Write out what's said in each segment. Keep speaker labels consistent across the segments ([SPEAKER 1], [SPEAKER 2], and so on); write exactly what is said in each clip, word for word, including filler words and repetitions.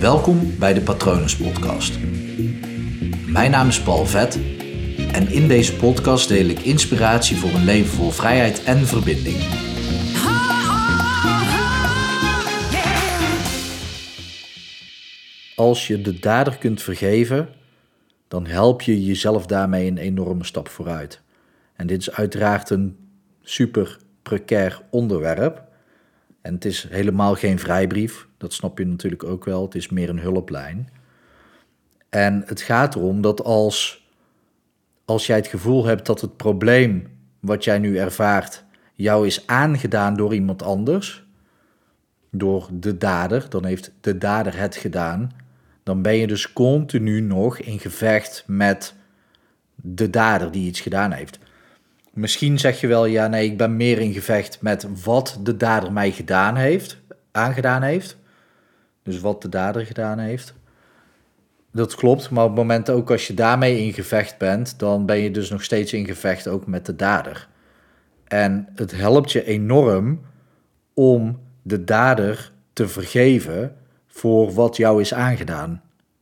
[SPEAKER 1] Welkom bij de Patronus Podcast. Mijn naam is Paul Vet en in deze podcast deel ik inspiratie voor een leven vol vrijheid en verbinding. Als je de dader kunt vergeven, dan help je jezelf daarmee een enorme stap vooruit. En dit is uiteraard een super precair onderwerp. En het is helemaal geen vrijbrief, dat snap je natuurlijk ook wel. Het is meer een hulplijn. En het gaat erom dat als, als jij het gevoel hebt dat het probleem wat jij nu ervaart jou is aangedaan door iemand anders, door de dader, dan heeft de dader het gedaan, dan ben je dus continu nog in gevecht met de dader die iets gedaan heeft. Misschien zeg je wel, ja nee, ik ben meer in gevecht met wat de dader mij gedaan heeft, aangedaan heeft. Dus wat de dader gedaan heeft. Dat klopt, maar op het moment ook als je daarmee in gevecht bent, dan ben je dus nog steeds in gevecht ook met de dader. En het helpt je enorm om de dader te vergeven voor wat jou is aangedaan.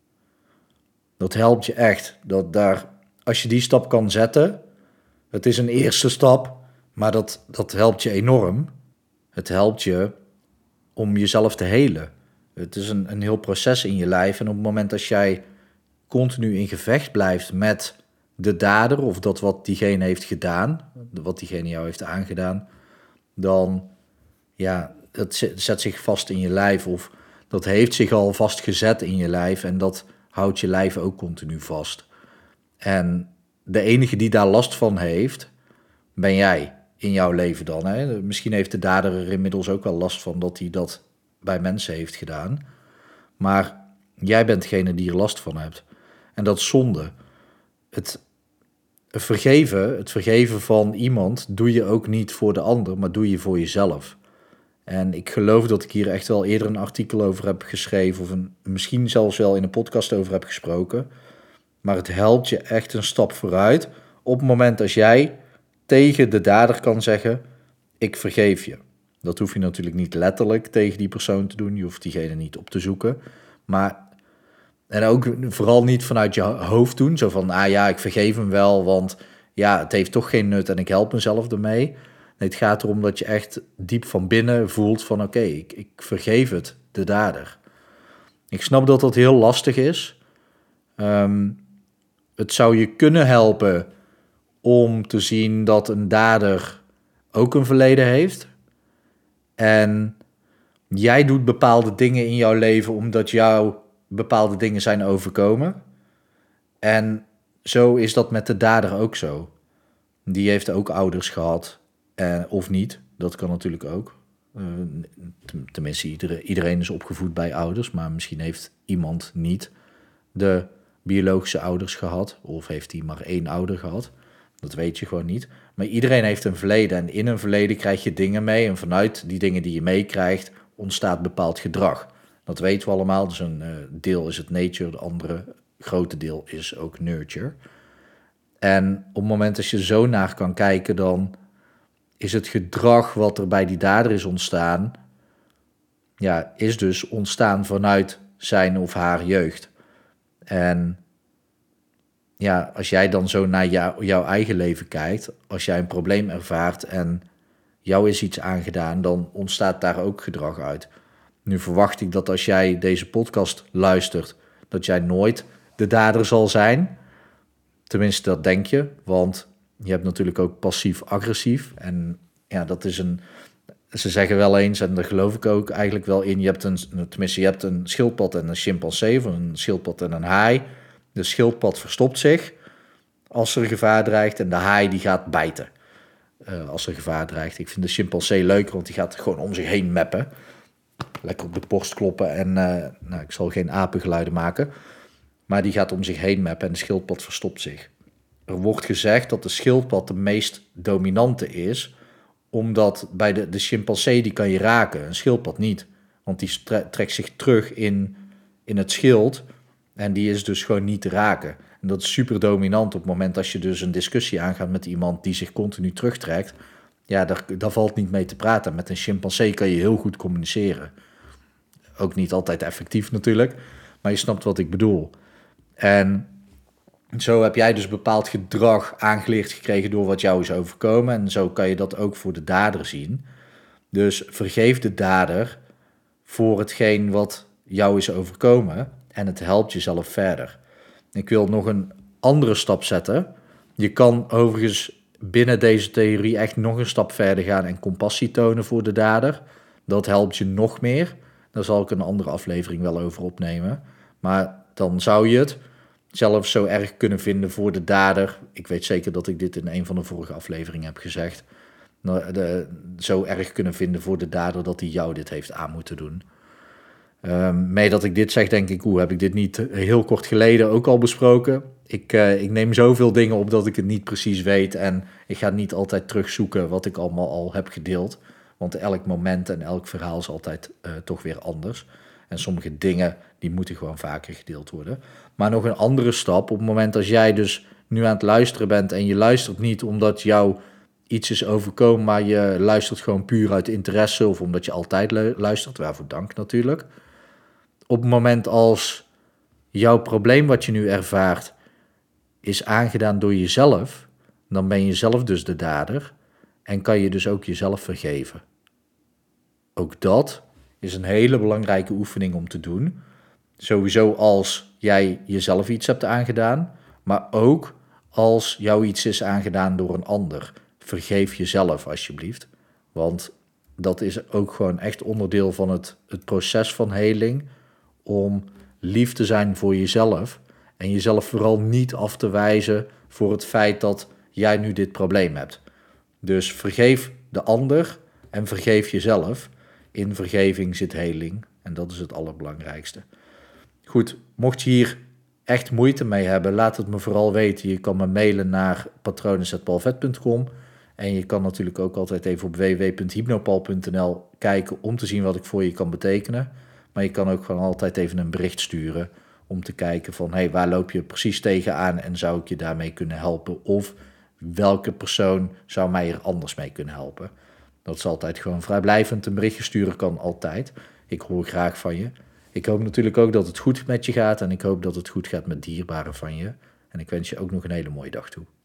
[SPEAKER 1] Dat helpt je echt. Dat daar, als je die stap kan zetten, het is een eerste stap, maar dat, dat helpt je enorm. Het helpt je om jezelf te helen. Het is een, een heel proces in je lijf. En op het moment dat jij continu in gevecht blijft met de dader of dat wat diegene heeft gedaan, wat diegene jou heeft aangedaan, dan ja, het zet zich vast in je lijf of dat heeft zich al vastgezet in je lijf en dat houdt je lijf ook continu vast. En de enige die daar last van heeft, ben jij in jouw leven dan. Hè? Misschien heeft de dader er inmiddels ook wel last van dat hij dat bij mensen heeft gedaan. Maar jij bent degene die er last van hebt. En dat is zonde. Het vergeven, het vergeven van iemand doe je ook niet voor de ander, maar doe je voor jezelf. En ik geloof dat ik hier echt wel eerder een artikel over heb geschreven of een, misschien zelfs wel in een podcast over heb gesproken. Maar het helpt je echt een stap vooruit op het moment als jij tegen de dader kan zeggen, ik vergeef je. Dat hoef je natuurlijk niet letterlijk tegen die persoon te doen. Je hoeft diegene niet op te zoeken. Maar, en ook vooral niet vanuit je hoofd doen. Zo van, ah ja, ik vergeef hem wel, want ja, het heeft toch geen nut en ik help mezelf ermee. Nee, het gaat erom dat je echt diep van binnen voelt van, oké, okay, ik, ik vergeef het, de dader. Ik snap dat dat heel lastig is. Um, het zou je kunnen helpen om te zien dat een dader ook een verleden heeft. En jij doet bepaalde dingen in jouw leven omdat jou bepaalde dingen zijn overkomen. En zo is dat met de dader ook zo. Die heeft ook ouders gehad, eh, of niet. Dat kan natuurlijk ook. Uh, tenminste, iedereen, iedereen is opgevoed bij ouders, maar misschien heeft iemand niet de biologische ouders gehad, of heeft hij maar één ouder gehad. Dat weet je gewoon niet. Maar iedereen heeft een verleden en in een verleden krijg je dingen mee en vanuit die dingen die je meekrijgt ontstaat bepaald gedrag. Dat weten we allemaal. Dus een uh, deel is het nature, de andere grote deel is ook nurture. En op het moment dat je zo naar kan kijken, dan is het gedrag wat er bij die dader is ontstaan, ja, is dus ontstaan vanuit zijn of haar jeugd. En ja, als jij dan zo naar jou, jouw eigen leven kijkt, als jij een probleem ervaart en jou is iets aangedaan, dan ontstaat daar ook gedrag uit. Nu verwacht ik dat als jij deze podcast luistert, dat jij nooit de dader zal zijn. Tenminste, dat denk je, want je hebt natuurlijk ook passief-agressief. En ja, dat is een, ze zeggen wel eens, en daar geloof ik ook eigenlijk wel in, je hebt een, tenminste, je hebt een schildpad en een chimpansee, of een schildpad en een haai. De schildpad verstopt zich als er gevaar dreigt en de haai die gaat bijten uh, als er gevaar dreigt. Ik vind de chimpansee leuker, want die gaat gewoon om zich heen meppen. Lekker op de borst kloppen en uh, nou, ik zal geen apengeluiden maken. Maar die gaat om zich heen meppen en de schildpad verstopt zich. Er wordt gezegd dat de schildpad de meest dominante is, omdat bij de, de chimpansee die kan je raken, een schildpad niet. Want die trekt zich terug in, in het schild en die is dus gewoon niet te raken. En dat is super dominant op het moment als je dus een discussie aangaat met iemand die zich continu terugtrekt. Ja, daar, daar valt niet mee te praten. Met een chimpansee kan je heel goed communiceren. ook niet altijd effectief natuurlijk, maar je snapt wat ik bedoel. En zo heb jij dus bepaald gedrag aangeleerd gekregen door wat jou is overkomen. En zo kan je dat ook voor de dader zien. Dus vergeef de dader voor hetgeen wat jou is overkomen en het helpt jezelf verder. Ik wil nog een andere stap zetten. Je kan overigens binnen deze theorie echt nog een stap verder gaan en compassie tonen voor de dader. Dat helpt je nog meer. Daar zal ik een andere aflevering wel over opnemen. Maar dan zou je het zelfs zo erg kunnen vinden voor de dader. Ik weet zeker dat ik dit in een van de vorige afleveringen heb gezegd. De, zo erg kunnen vinden voor de dader dat hij jou dit heeft aan moeten doen. Um, mee dat ik dit zeg, denk ik, hoe heb ik dit niet heel kort geleden ook al besproken? Ik, uh, ik neem zoveel dingen op dat ik het niet precies weet en ik ga niet altijd terugzoeken wat ik allemaal al heb gedeeld. Want elk moment en elk verhaal is altijd uh, toch weer anders. En sommige dingen, die moeten gewoon vaker gedeeld worden. Maar nog een andere stap, op het moment als jij dus nu aan het luisteren bent en je luistert niet omdat jou iets is overkomen, maar je luistert gewoon puur uit interesse of omdat je altijd luistert, waarvoor dank natuurlijk. Op het moment als jouw probleem wat je nu ervaart is aangedaan door jezelf, dan ben je zelf dus de dader en kan je dus ook jezelf vergeven. Ook dat is een hele belangrijke oefening om te doen. Sowieso als jij jezelf iets hebt aangedaan, maar ook als jou iets is aangedaan door een ander. Vergeef jezelf alsjeblieft, want dat is ook gewoon echt onderdeel van het, het proces van heling, om lief te zijn voor jezelf en jezelf vooral niet af te wijzen voor het feit dat jij nu dit probleem hebt. Dus vergeef de ander en vergeef jezelf. In vergeving zit heling en dat is het allerbelangrijkste. Goed, mocht je hier echt moeite mee hebben, laat het me vooral weten. Je kan me mailen naar patronen apenstaartje paul vet punt com en je kan natuurlijk ook altijd even op w w w punt hypnopal punt n l kijken om te zien wat ik voor je kan betekenen. Maar je kan ook gewoon altijd even een bericht sturen om te kijken van, hey, waar loop je precies tegenaan en zou ik je daarmee kunnen helpen? Of welke persoon zou mij er anders mee kunnen helpen? Dat is altijd gewoon vrijblijvend. Een berichtje sturen kan altijd. Ik hoor graag van je. Ik hoop natuurlijk ook dat het goed met je gaat en ik hoop dat het goed gaat met dierbaren van je. En ik wens je ook nog een hele mooie dag toe.